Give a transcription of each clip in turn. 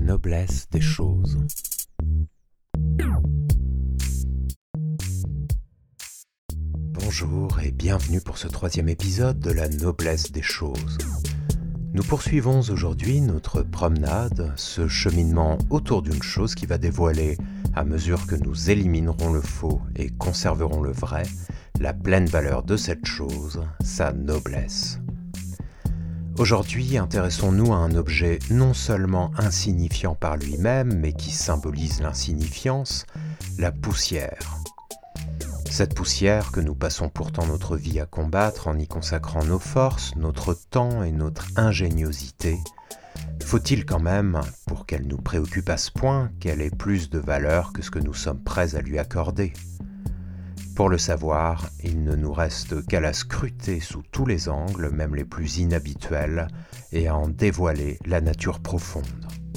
noblesse des choses. Bonjour et bienvenue pour ce 3e épisode de la noblesse des choses. Nous poursuivons aujourd'hui notre promenade, ce cheminement autour d'une chose qui va dévoiler, à mesure que nous éliminerons le faux et conserverons le vrai, la pleine valeur de cette chose, sa noblesse. Aujourd'hui, intéressons-nous à un objet non seulement insignifiant par lui-même, mais qui symbolise l'insignifiance, la poussière. Cette poussière que nous passons pourtant notre vie à combattre en y consacrant nos forces, notre temps et notre ingéniosité, faut-il quand même, pour qu'elle nous préoccupe à ce point, qu'elle ait plus de valeur que ce que nous sommes prêts à lui accorder ? Pour le savoir, il ne nous reste qu'à la scruter sous tous les angles, même les plus inhabituels, et à en dévoiler la nature profonde.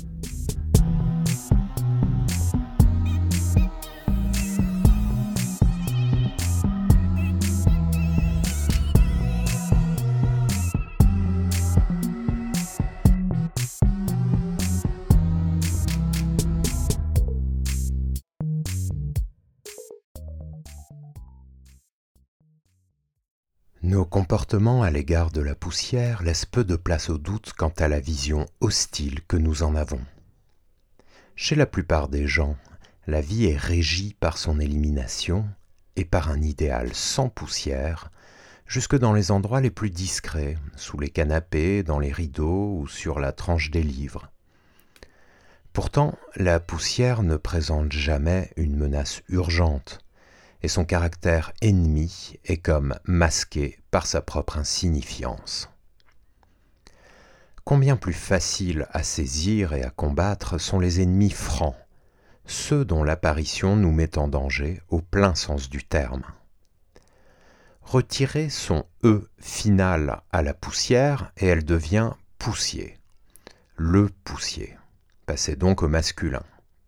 Nos comportements à l'égard de la poussière laissent peu de place au doute quant à la vision hostile que nous en avons. Chez la plupart des gens, la vie est régie par son élimination et par un idéal sans poussière, jusque dans les endroits les plus discrets, sous les canapés, dans les rideaux ou sur la tranche des livres. Pourtant, la poussière ne présente jamais une menace urgente, et son caractère ennemi est comme masqué par sa propre insignifiance. Combien plus faciles à saisir et à combattre sont les ennemis francs, ceux dont l'apparition nous met en danger au plein sens du terme. Retirer son « e » final à la poussière et elle devient « poussier », le poussier. Passez donc au masculin.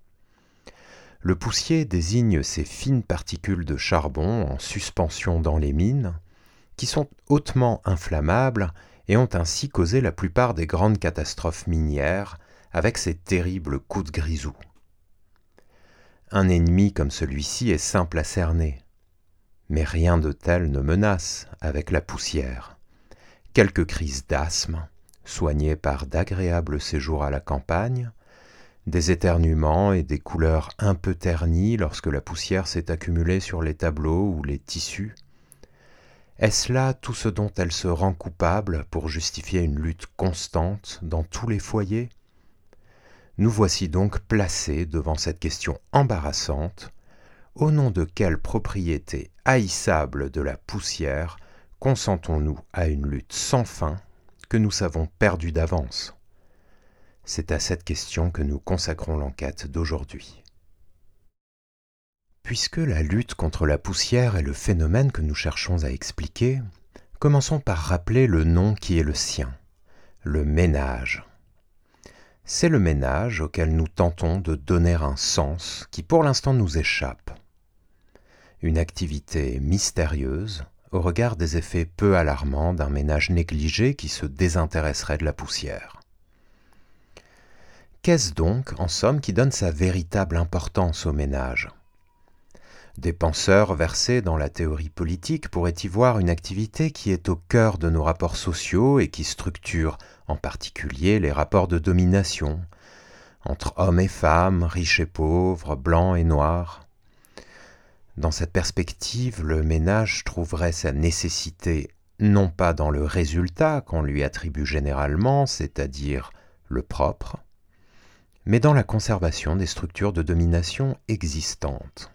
Le poussier désigne ces fines particules de charbon en suspension dans les mines, qui sont hautement inflammables et ont ainsi causé la plupart des grandes catastrophes minières avec ces terribles coups de grisou. Un ennemi comme celui-ci est simple à cerner, mais rien de tel ne menace avec la poussière. Quelques crises d'asthme, soignées par d'agréables séjours à la campagne, des éternuements et des couleurs un peu ternies lorsque la poussière s'est accumulée sur les tableaux ou les tissus. Est-ce là tout ce dont elle se rend coupable pour justifier une lutte constante dans tous les foyers ? Nous voici donc placés devant cette question embarrassante. Au nom de quelle propriété haïssable de la poussière consentons-nous à une lutte sans fin que nous savons perdue d'avance ? C'est à cette question que nous consacrons l'enquête d'aujourd'hui. Puisque la lutte contre la poussière est le phénomène que nous cherchons à expliquer, commençons par rappeler le nom qui est le sien, le ménage. C'est le ménage auquel nous tentons de donner un sens qui pour l'instant nous échappe. Une activité mystérieuse au regard des effets peu alarmants d'un ménage négligé qui se désintéresserait de la poussière. Qu'est-ce donc, en somme, qui donne sa véritable importance au ménage ? Des penseurs versés dans la théorie politique pourraient y voir une activité qui est au cœur de nos rapports sociaux et qui structure en particulier les rapports de domination entre hommes et femmes, riches et pauvres, blancs et noirs. Dans cette perspective, le ménage trouverait sa nécessité non pas dans le résultat qu'on lui attribue généralement, c'est-à-dire le propre, mais dans la conservation des structures de domination existantes.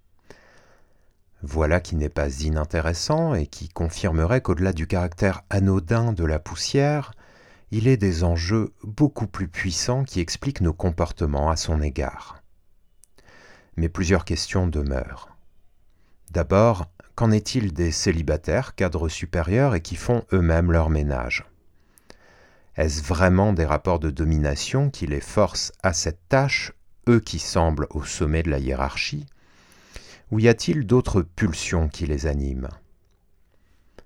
Voilà qui n'est pas inintéressant et qui confirmerait qu'au-delà du caractère anodin de la poussière, il est des enjeux beaucoup plus puissants qui expliquent nos comportements à son égard. Mais plusieurs questions demeurent. D'abord, qu'en est-il des célibataires, cadres supérieurs et qui font eux-mêmes leur ménage ? Est-ce vraiment des rapports de domination qui les forcent à cette tâche, eux qui semblent au sommet de la hiérarchie, ou y a-t-il d'autres pulsions qui les animent ?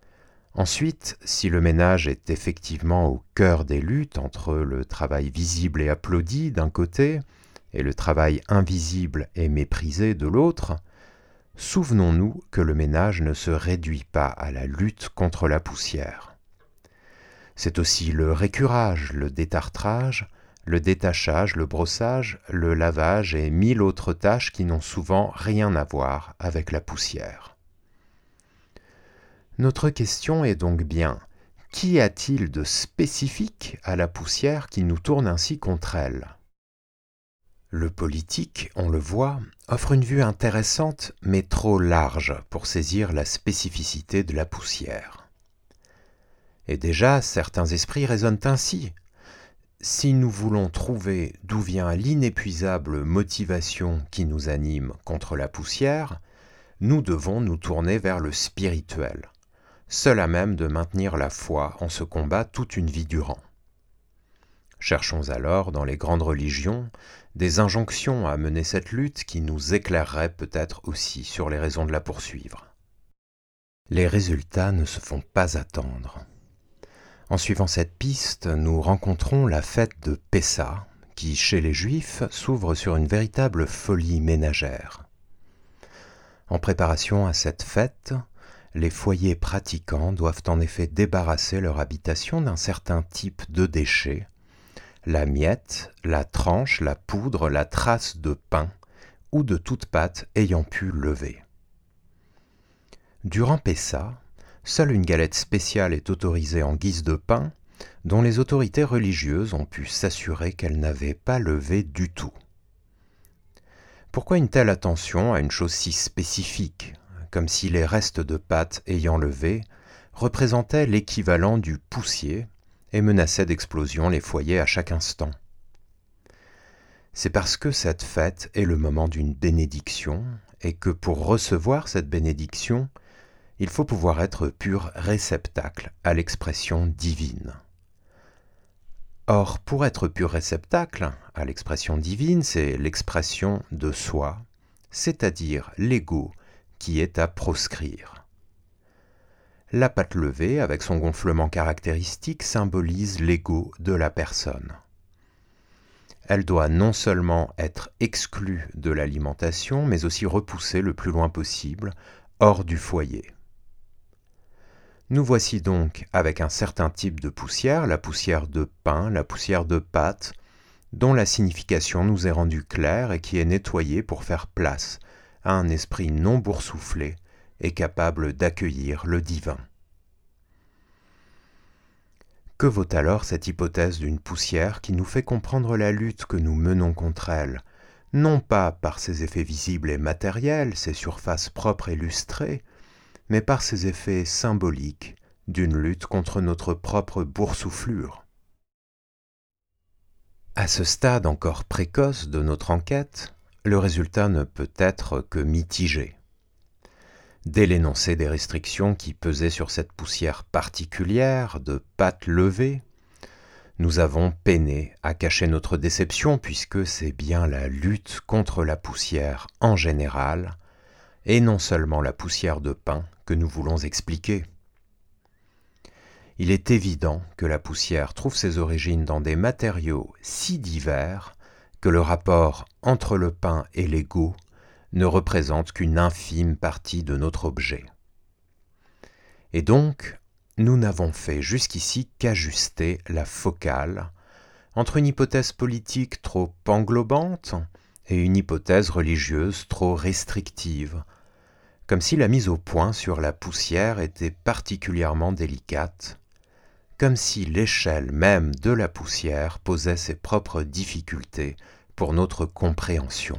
Ensuite, si le ménage est effectivement au cœur des luttes entre le travail visible et applaudi d'un côté et le travail invisible et méprisé de l'autre, souvenons-nous que le ménage ne se réduit pas à la lutte contre la poussière. C'est aussi le récurage, le détartrage, le détachage, le brossage, le lavage et 1000 autres tâches qui n'ont souvent rien à voir avec la poussière. Notre question est donc bien, qu'y a-t-il de spécifique à la poussière qui nous tourne ainsi contre elle ? Le politique, on le voit, offre une vue intéressante mais trop large pour saisir la spécificité de la poussière. Et déjà, certains esprits raisonnent ainsi. Si nous voulons trouver d'où vient l'inépuisable motivation qui nous anime contre la poussière, nous devons nous tourner vers le spirituel, seul à même de maintenir la foi en ce combat toute une vie durant. Cherchons alors dans les grandes religions des injonctions à mener cette lutte qui nous éclaireraient peut-être aussi sur les raisons de la poursuivre. Les résultats ne se font pas attendre. En suivant cette piste, nous rencontrons la fête de Pessa, qui, chez les Juifs, s'ouvre sur une véritable folie ménagère. En préparation à cette fête, les foyers pratiquants doivent en effet débarrasser leur habitation d'un certain type de déchets, la miette, la tranche, la poudre, la trace de pain ou de toute pâte ayant pu lever. Durant Pessa, seule une galette spéciale est autorisée en guise de pain, dont les autorités religieuses ont pu s'assurer qu'elle n'avait pas levé du tout. Pourquoi une telle attention à une chose si spécifique, comme si les restes de pâte ayant levé représentaient l'équivalent du poussier et menaçaient d'explosion les foyers à chaque instant ? C'est parce que cette fête est le moment d'une bénédiction et que pour recevoir cette bénédiction, il faut pouvoir être pur réceptacle à l'expression divine. Or, pour être pur réceptacle à l'expression divine, c'est l'expression de soi, c'est-à-dire l'ego qui est à proscrire. La pâte levée, avec son gonflement caractéristique, symbolise l'ego de la personne. Elle doit non seulement être exclue de l'alimentation, mais aussi repoussée le plus loin possible, hors du foyer. Nous voici donc avec un certain type de poussière, la poussière de pain, la poussière de pâte, dont la signification nous est rendue claire et qui est nettoyée pour faire place à un esprit non boursouflé et capable d'accueillir le divin. Que vaut alors cette hypothèse d'une poussière qui nous fait comprendre la lutte que nous menons contre elle, non pas par ses effets visibles et matériels, ses surfaces propres et lustrées, mais par ses effets symboliques d'une lutte contre notre propre boursouflure. À ce stade encore précoce de notre enquête, le résultat ne peut être que mitigé. Dès l'énoncé des restrictions qui pesaient sur cette poussière particulière de pâte levée, nous avons peiné à cacher notre déception puisque c'est bien la lutte contre la poussière en général, et non seulement la poussière de pain que nous voulons expliquer. Il est évident que la poussière trouve ses origines dans des matériaux si divers que le rapport entre le pain et l'ego ne représente qu'une infime partie de notre objet. Et donc, nous n'avons fait jusqu'ici qu'ajuster la focale entre une hypothèse politique trop englobante et une hypothèse religieuse trop restrictive, comme si la mise au point sur la poussière était particulièrement délicate, comme si l'échelle même de la poussière posait ses propres difficultés pour notre compréhension.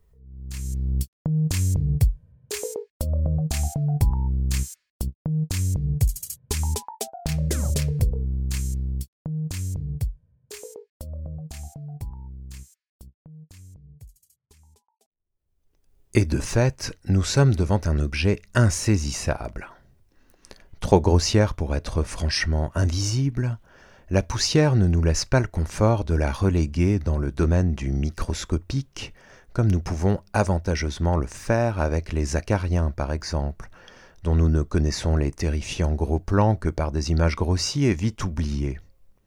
Et de fait, nous sommes devant un objet insaisissable. Trop grossière pour être franchement invisible, la poussière ne nous laisse pas le confort de la reléguer dans le domaine du microscopique, comme nous pouvons avantageusement le faire avec les acariens par exemple, dont nous ne connaissons les terrifiants gros plans que par des images grossies et vite oubliées.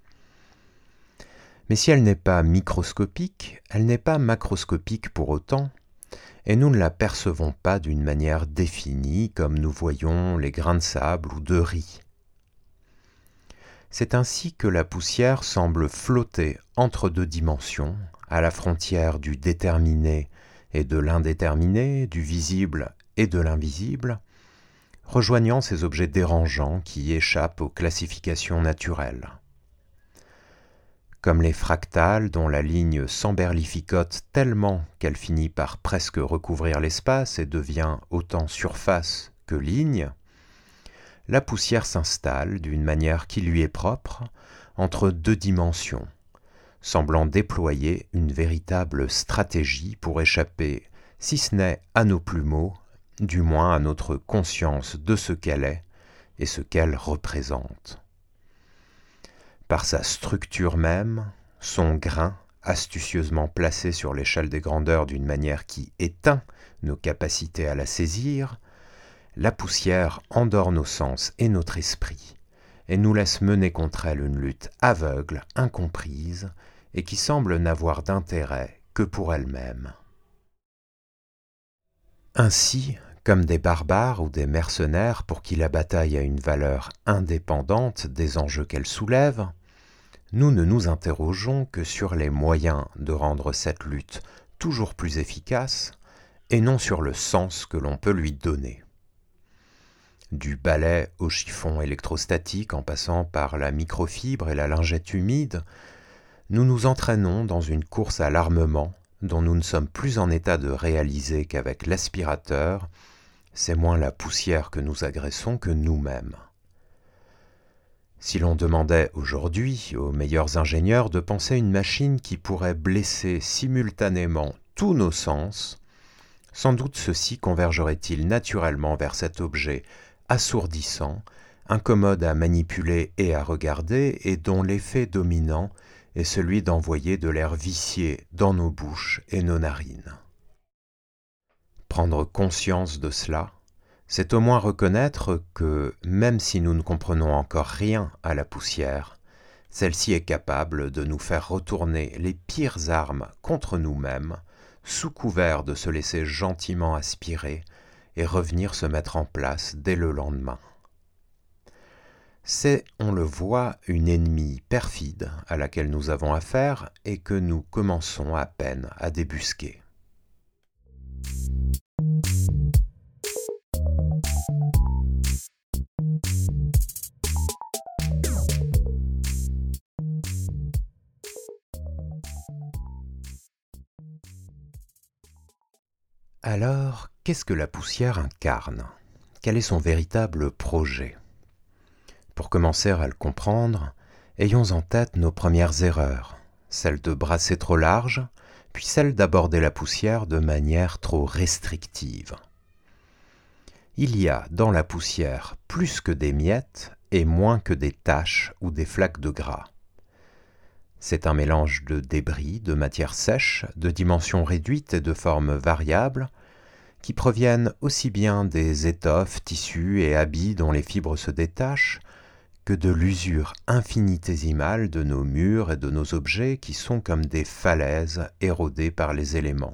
Mais si elle n'est pas microscopique, elle n'est pas macroscopique pour autant, et nous ne la percevons pas d'une manière définie comme nous voyons les grains de sable ou de riz. C'est ainsi que la poussière semble flotter entre deux dimensions, à la frontière du déterminé et de l'indéterminé, du visible et de l'invisible, rejoignant ces objets dérangeants qui échappent aux classifications naturelles. Comme les fractales dont la ligne s'emberlificote tellement qu'elle finit par presque recouvrir l'espace et devient autant surface que ligne, la poussière s'installe d'une manière qui lui est propre entre deux dimensions, semblant déployer une véritable stratégie pour échapper, si ce n'est à nos plumeaux, du moins à notre conscience de ce qu'elle est et ce qu'elle représente. Par sa structure même, son grain, astucieusement placé sur l'échelle des grandeurs d'une manière qui éteint nos capacités à la saisir, la poussière endort nos sens et notre esprit, et nous laisse mener contre elle une lutte aveugle, incomprise, et qui semble n'avoir d'intérêt que pour elle-même. Ainsi, comme des barbares ou des mercenaires pour qui la bataille a une valeur indépendante des enjeux qu'elle soulève, nous ne nous interrogeons que sur les moyens de rendre cette lutte toujours plus efficace et non sur le sens que l'on peut lui donner. Du balai au chiffon électrostatique en passant par la microfibre et la lingette humide, nous nous entraînons dans une course à l'armement dont nous ne sommes plus en état de réaliser qu'avec l'aspirateur, c'est moins la poussière que nous agressons que nous-mêmes. Si l'on demandait aujourd'hui aux meilleurs ingénieurs de penser une machine qui pourrait blesser simultanément tous nos sens, sans doute ceux-ci convergeraient-ils naturellement vers cet objet assourdissant, incommode à manipuler et à regarder, et dont l'effet dominant est celui d'envoyer de l'air vicié dans nos bouches et nos narines. Prendre conscience de cela, c'est au moins reconnaître que, même si nous ne comprenons encore rien à la poussière, celle-ci est capable de nous faire retourner les pires armes contre nous-mêmes, sous couvert de se laisser gentiment aspirer et revenir se mettre en place dès le lendemain. C'est, on le voit, une ennemie perfide à laquelle nous avons affaire et que nous commençons à peine à débusquer. Alors, qu'est-ce que la poussière incarne ? Quel est son véritable projet ? Pour commencer à le comprendre, ayons en tête nos premières erreurs, celle de brasser trop large, puis celle d'aborder la poussière de manière trop restrictive. Il y a dans la poussière plus que des miettes et moins que des taches ou des flaques de gras. C'est un mélange de débris, de matières sèches, de dimensions réduites et de formes variables, qui proviennent aussi bien des étoffes, tissus et habits dont les fibres se détachent, que de l'usure infinitésimale de nos murs et de nos objets qui sont comme des falaises érodées par les éléments.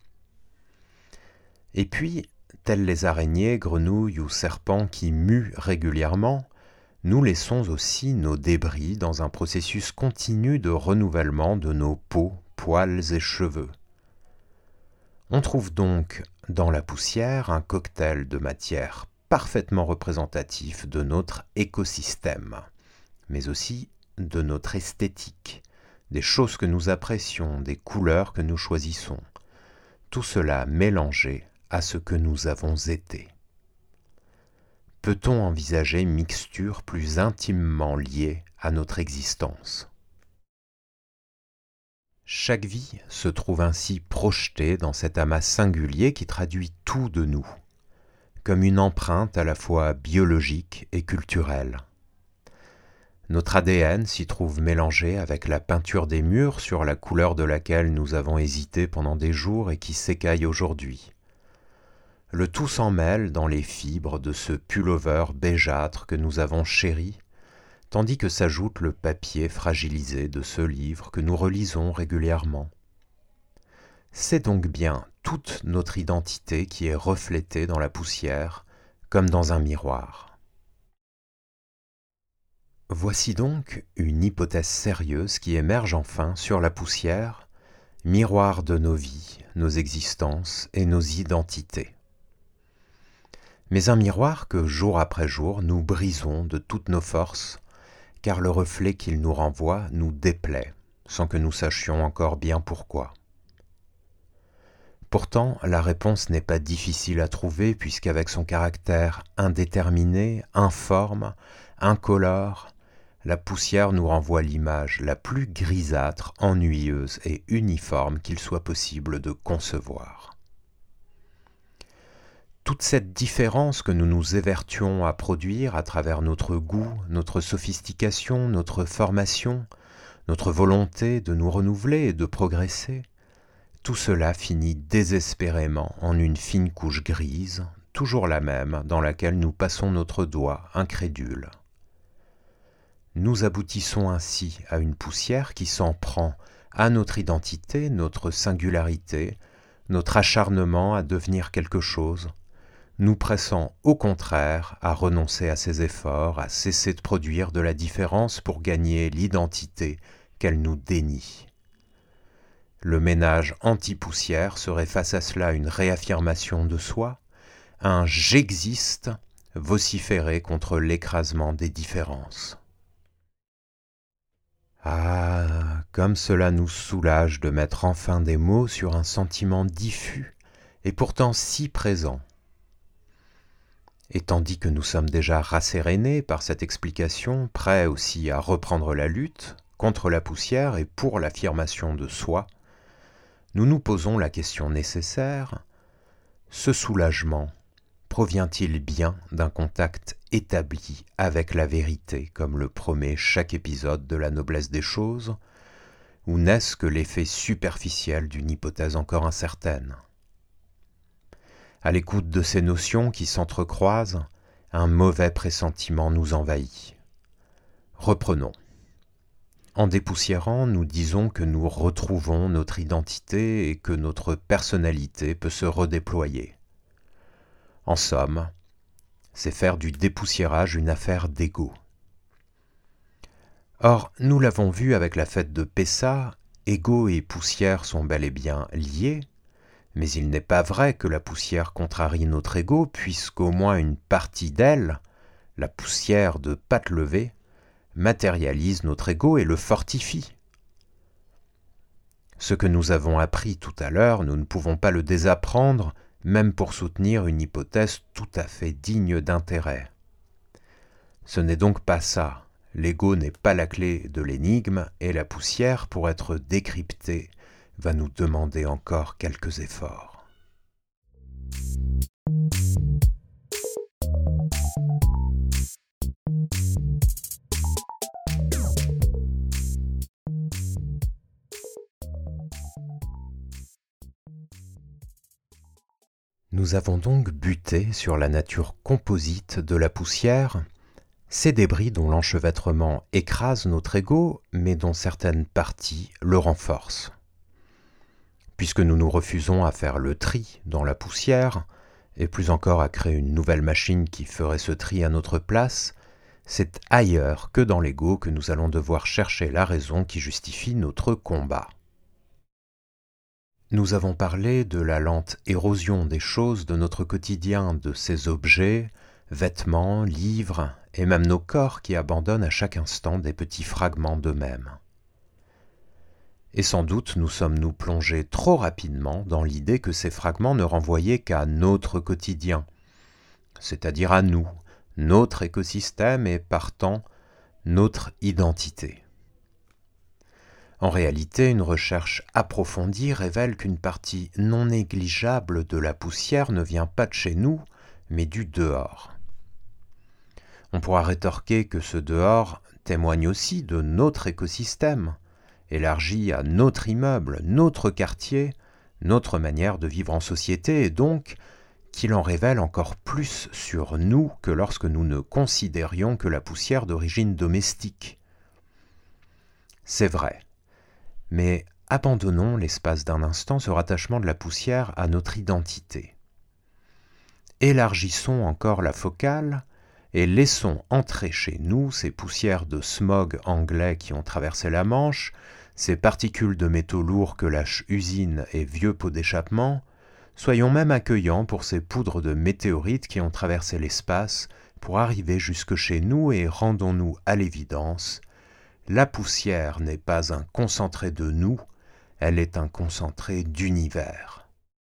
Et puis, tels les araignées, grenouilles ou serpents qui muent régulièrement, nous laissons aussi nos débris dans un processus continu de renouvellement de nos peaux, poils et cheveux. On trouve donc dans la poussière un cocktail de matières parfaitement représentatif de notre écosystème, mais aussi de notre esthétique, des choses que nous apprécions, des couleurs que nous choisissons, tout cela mélangé à ce que nous avons été. Peut-on envisager une mixture plus intimement liée à notre existence ? Chaque vie se trouve ainsi projetée dans cet amas singulier qui traduit tout de nous, comme une empreinte à la fois biologique et culturelle. Notre ADN s'y trouve mélangé avec la peinture des murs sur la couleur de laquelle nous avons hésité pendant des jours et qui s'écaille aujourd'hui. Le tout s'en mêle dans les fibres de ce pullover bégeâtre que nous avons chéri, tandis que s'ajoute le papier fragilisé de ce livre que nous relisons régulièrement. C'est donc bien toute notre identité qui est reflétée dans la poussière, comme dans un miroir. Voici donc une hypothèse sérieuse qui émerge enfin sur la poussière, miroir de nos vies, nos existences et nos identités. Mais un miroir que jour après jour nous brisons de toutes nos forces, car le reflet qu'il nous renvoie nous déplaît, sans que nous sachions encore bien pourquoi. Pourtant, la réponse n'est pas difficile à trouver puisqu'avec son caractère indéterminé, informe, incolore, la poussière nous renvoie l'image la plus grisâtre, ennuyeuse et uniforme qu'il soit possible de concevoir. Toute cette différence que nous nous évertuons à produire à travers notre goût, notre sophistication, notre formation, notre volonté de nous renouveler et de progresser, tout cela finit désespérément en une fine couche grise, toujours la même, dans laquelle nous passons notre doigt incrédule. Nous aboutissons ainsi à une poussière qui s'en prend à notre identité, notre singularité, notre acharnement à devenir quelque chose, nous pressant au contraire à renoncer à ces efforts, à cesser de produire de la différence pour gagner l'identité qu'elle nous dénie. Le ménage anti-poussière serait face à cela une réaffirmation de soi, un « j'existe » vociféré contre l'écrasement des différences. Ah, comme cela nous soulage de mettre enfin des mots sur un sentiment diffus et pourtant si présent. Et tandis que nous sommes déjà rassérénés par cette explication, prêts aussi à reprendre la lutte contre la poussière et pour l'affirmation de soi, nous nous posons la question nécessaire, ce soulagement provient-il bien d'un contact établi avec la vérité, comme le promet chaque épisode de La noblesse des choses, ou n'est-ce que l'effet superficiel d'une hypothèse encore incertaine ? À l'écoute de ces notions qui s'entrecroisent, un mauvais pressentiment nous envahit. Reprenons. En dépoussiérant, nous disons que nous retrouvons notre identité et que notre personnalité peut se redéployer. En somme, c'est faire du dépoussiérage une affaire d'ego. Or, nous l'avons vu avec la fête de Pessa, ego et poussière sont bel et bien liés, mais il n'est pas vrai que la poussière contrarie notre ego, puisqu'au moins une partie d'elle, la poussière de pâte levée, matérialise notre ego et le fortifie. Ce que nous avons appris tout à l'heure, nous ne pouvons pas le désapprendre, même pour soutenir une hypothèse tout à fait digne d'intérêt. Ce n'est donc pas ça. L'ego n'est pas la clé de l'énigme, et la poussière, pour être décryptée, va nous demander encore quelques efforts. Nous avons donc buté sur la nature composite de la poussière, ces débris dont l'enchevêtrement écrase notre ego, mais dont certaines parties le renforcent. Puisque nous nous refusons à faire le tri dans la poussière, et plus encore à créer une nouvelle machine qui ferait ce tri à notre place, c'est ailleurs que dans l'ego que nous allons devoir chercher la raison qui justifie notre combat. Nous avons parlé de la lente érosion des choses de notre quotidien, de ces objets, vêtements, livres, et même nos corps qui abandonnent à chaque instant des petits fragments d'eux-mêmes. Et sans doute nous sommes-nous plongés trop rapidement dans l'idée que ces fragments ne renvoyaient qu'à notre quotidien, c'est-à-dire à nous, notre écosystème et partant notre identité. En réalité, une recherche approfondie révèle qu'une partie non négligeable de la poussière ne vient pas de chez nous, mais du dehors. On pourra rétorquer que ce dehors témoigne aussi de notre écosystème, élargi à notre immeuble, notre quartier, notre manière de vivre en société et donc qu'il en révèle encore plus sur nous que lorsque nous ne considérions que la poussière d'origine domestique. C'est vrai, mais abandonnons l'espace d'un instant ce rattachement de la poussière à notre identité. Élargissons encore la focale et laissons entrer chez nous ces poussières de smog anglais qui ont traversé la Manche, ces particules de métaux lourds que lâchent usines et vieux pots d'échappement. Soyons même accueillants pour ces poudres de météorites qui ont traversé l'espace pour arriver jusque chez nous et rendons-nous à l'évidence, la poussière n'est pas un concentré de nous, elle est un concentré d'univers.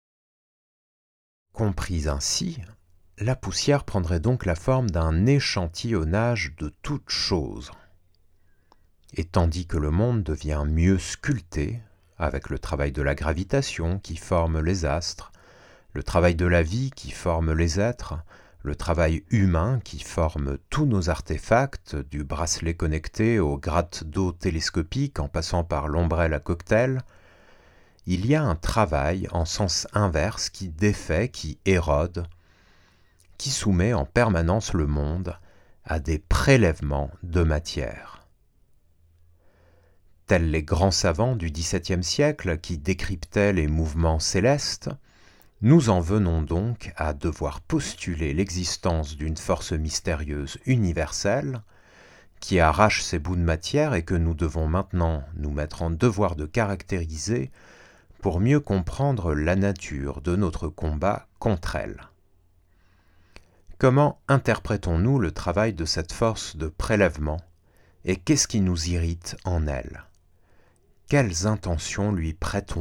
Comprise ainsi, la poussière prendrait donc la forme d'un échantillonnage de toutes choses. Et tandis que le monde devient mieux sculpté, avec le travail de la gravitation qui forme les astres, le travail de la vie qui forme les êtres, le travail humain qui forme tous nos artefacts, du bracelet connecté au gratte d'eau télescopique en passant par l'ombrelle à cocktail, il y a un travail en sens inverse qui défait, qui érode, qui soumet en permanence le monde à des prélèvements de matière. Tels les grands savants du XVIIe siècle qui décryptaient les mouvements célestes, nous en venons donc à devoir postuler l'existence d'une force mystérieuse universelle qui arrache ces bouts de matière et que nous devons maintenant nous mettre en devoir de caractériser pour mieux comprendre la nature de notre combat contre elle. Comment interprétons-nous le travail de cette force de prélèvement et qu'est-ce qui nous irrite en elle ? Quelles intentions lui prêtons-nous ?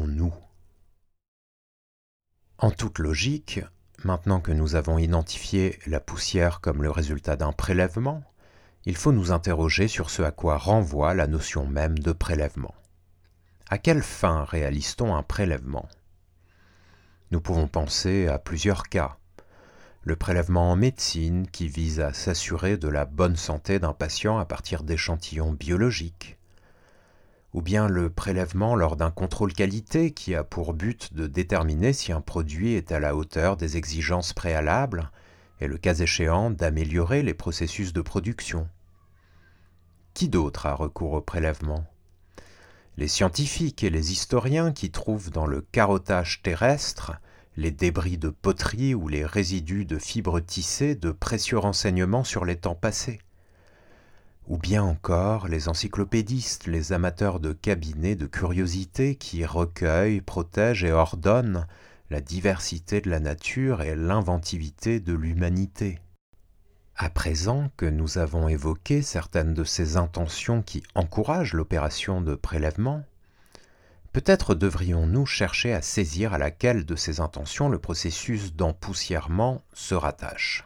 En toute logique, maintenant que nous avons identifié la poussière comme le résultat d'un prélèvement, il faut nous interroger sur ce à quoi renvoie la notion même de prélèvement. À quelle fin réalise-t-on un prélèvement ? Nous pouvons penser à plusieurs cas. Le prélèvement en médecine qui vise à s'assurer de la bonne santé d'un patient à partir d'échantillons biologiques, ou bien le prélèvement lors d'un contrôle qualité qui a pour but de déterminer si un produit est à la hauteur des exigences préalables et le cas échéant d'améliorer les processus de production. Qui d'autre a recours au prélèvement ? Les scientifiques et les historiens qui trouvent dans le carottage terrestre les débris de poterie ou les résidus de fibres tissées de précieux renseignements sur les temps passés. Ou bien encore les encyclopédistes, les amateurs de cabinets de curiosités qui recueillent, protègent et ordonnent la diversité de la nature et l'inventivité de l'humanité. À présent que nous avons évoqué certaines de ces intentions qui encouragent l'opération de prélèvement, peut-être devrions-nous chercher à saisir à laquelle de ces intentions le processus d'empoussièrement se rattache.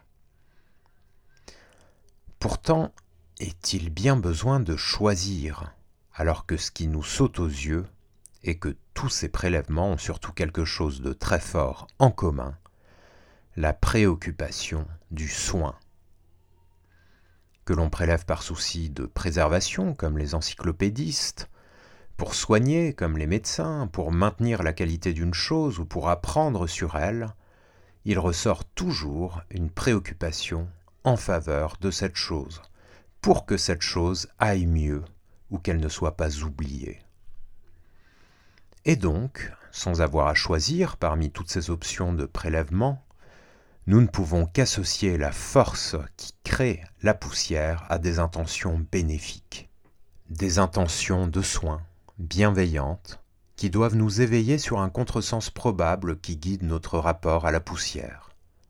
Pourtant, est-il bien besoin de choisir, alors que ce qui nous saute aux yeux est que tous ces prélèvements ont surtout quelque chose de très fort en commun, la préoccupation du soin. Que l'on prélève par souci de préservation, comme les encyclopédistes, pour soigner, comme les médecins, pour maintenir la qualité d'une chose ou pour apprendre sur elle, il ressort toujours une préoccupation en faveur de cette chose, pour que cette chose aille mieux ou qu'elle ne soit pas oubliée. Et donc, sans avoir à choisir parmi toutes ces options de prélèvement, nous ne pouvons qu'associer la force qui crée la poussière à des intentions bénéfiques, des intentions de soin, bienveillantes, qui doivent nous éveiller sur un contresens probable qui guide notre rapport à la poussière.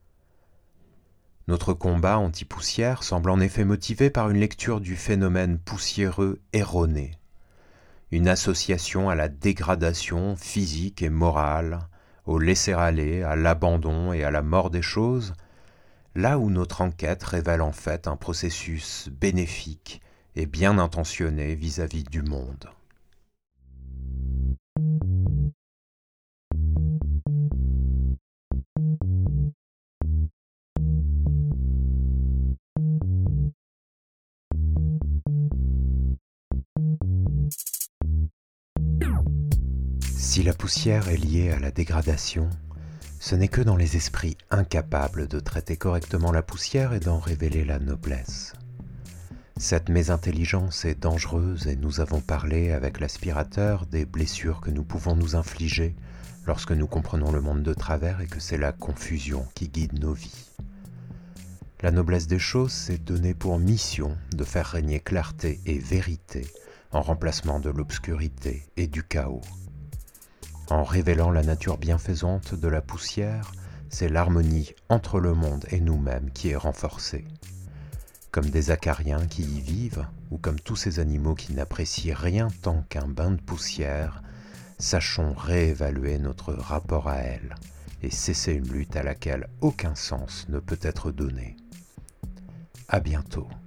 Notre combat anti-poussière semble en effet motivé par une lecture du phénomène poussiéreux erronée, une association à la dégradation physique et morale, au laisser-aller, à l'abandon et à la mort des choses, là où notre enquête révèle en fait un processus bénéfique et bien intentionné vis-à-vis du monde. Si la poussière est liée à la dégradation, Ce n'est que dans les esprits incapables de traiter correctement la poussière et d'en révéler la noblesse. Cette mésintelligence est dangereuse et nous avons parlé avec l'aspirateur des blessures que nous pouvons nous infliger lorsque nous comprenons le monde de travers et que c'est la confusion qui guide nos vies. La noblesse des choses, c'est donner pour mission de faire régner clarté et vérité en remplacement de l'obscurité et du chaos. En révélant la nature bienfaisante de la poussière, c'est l'harmonie entre le monde et nous-mêmes qui est renforcée. Comme des acariens qui y vivent, ou comme tous ces animaux qui n'apprécient rien tant qu'un bain de poussière, sachons réévaluer notre rapport à elle et cesser une lutte à laquelle aucun sens ne peut être donné. À bientôt.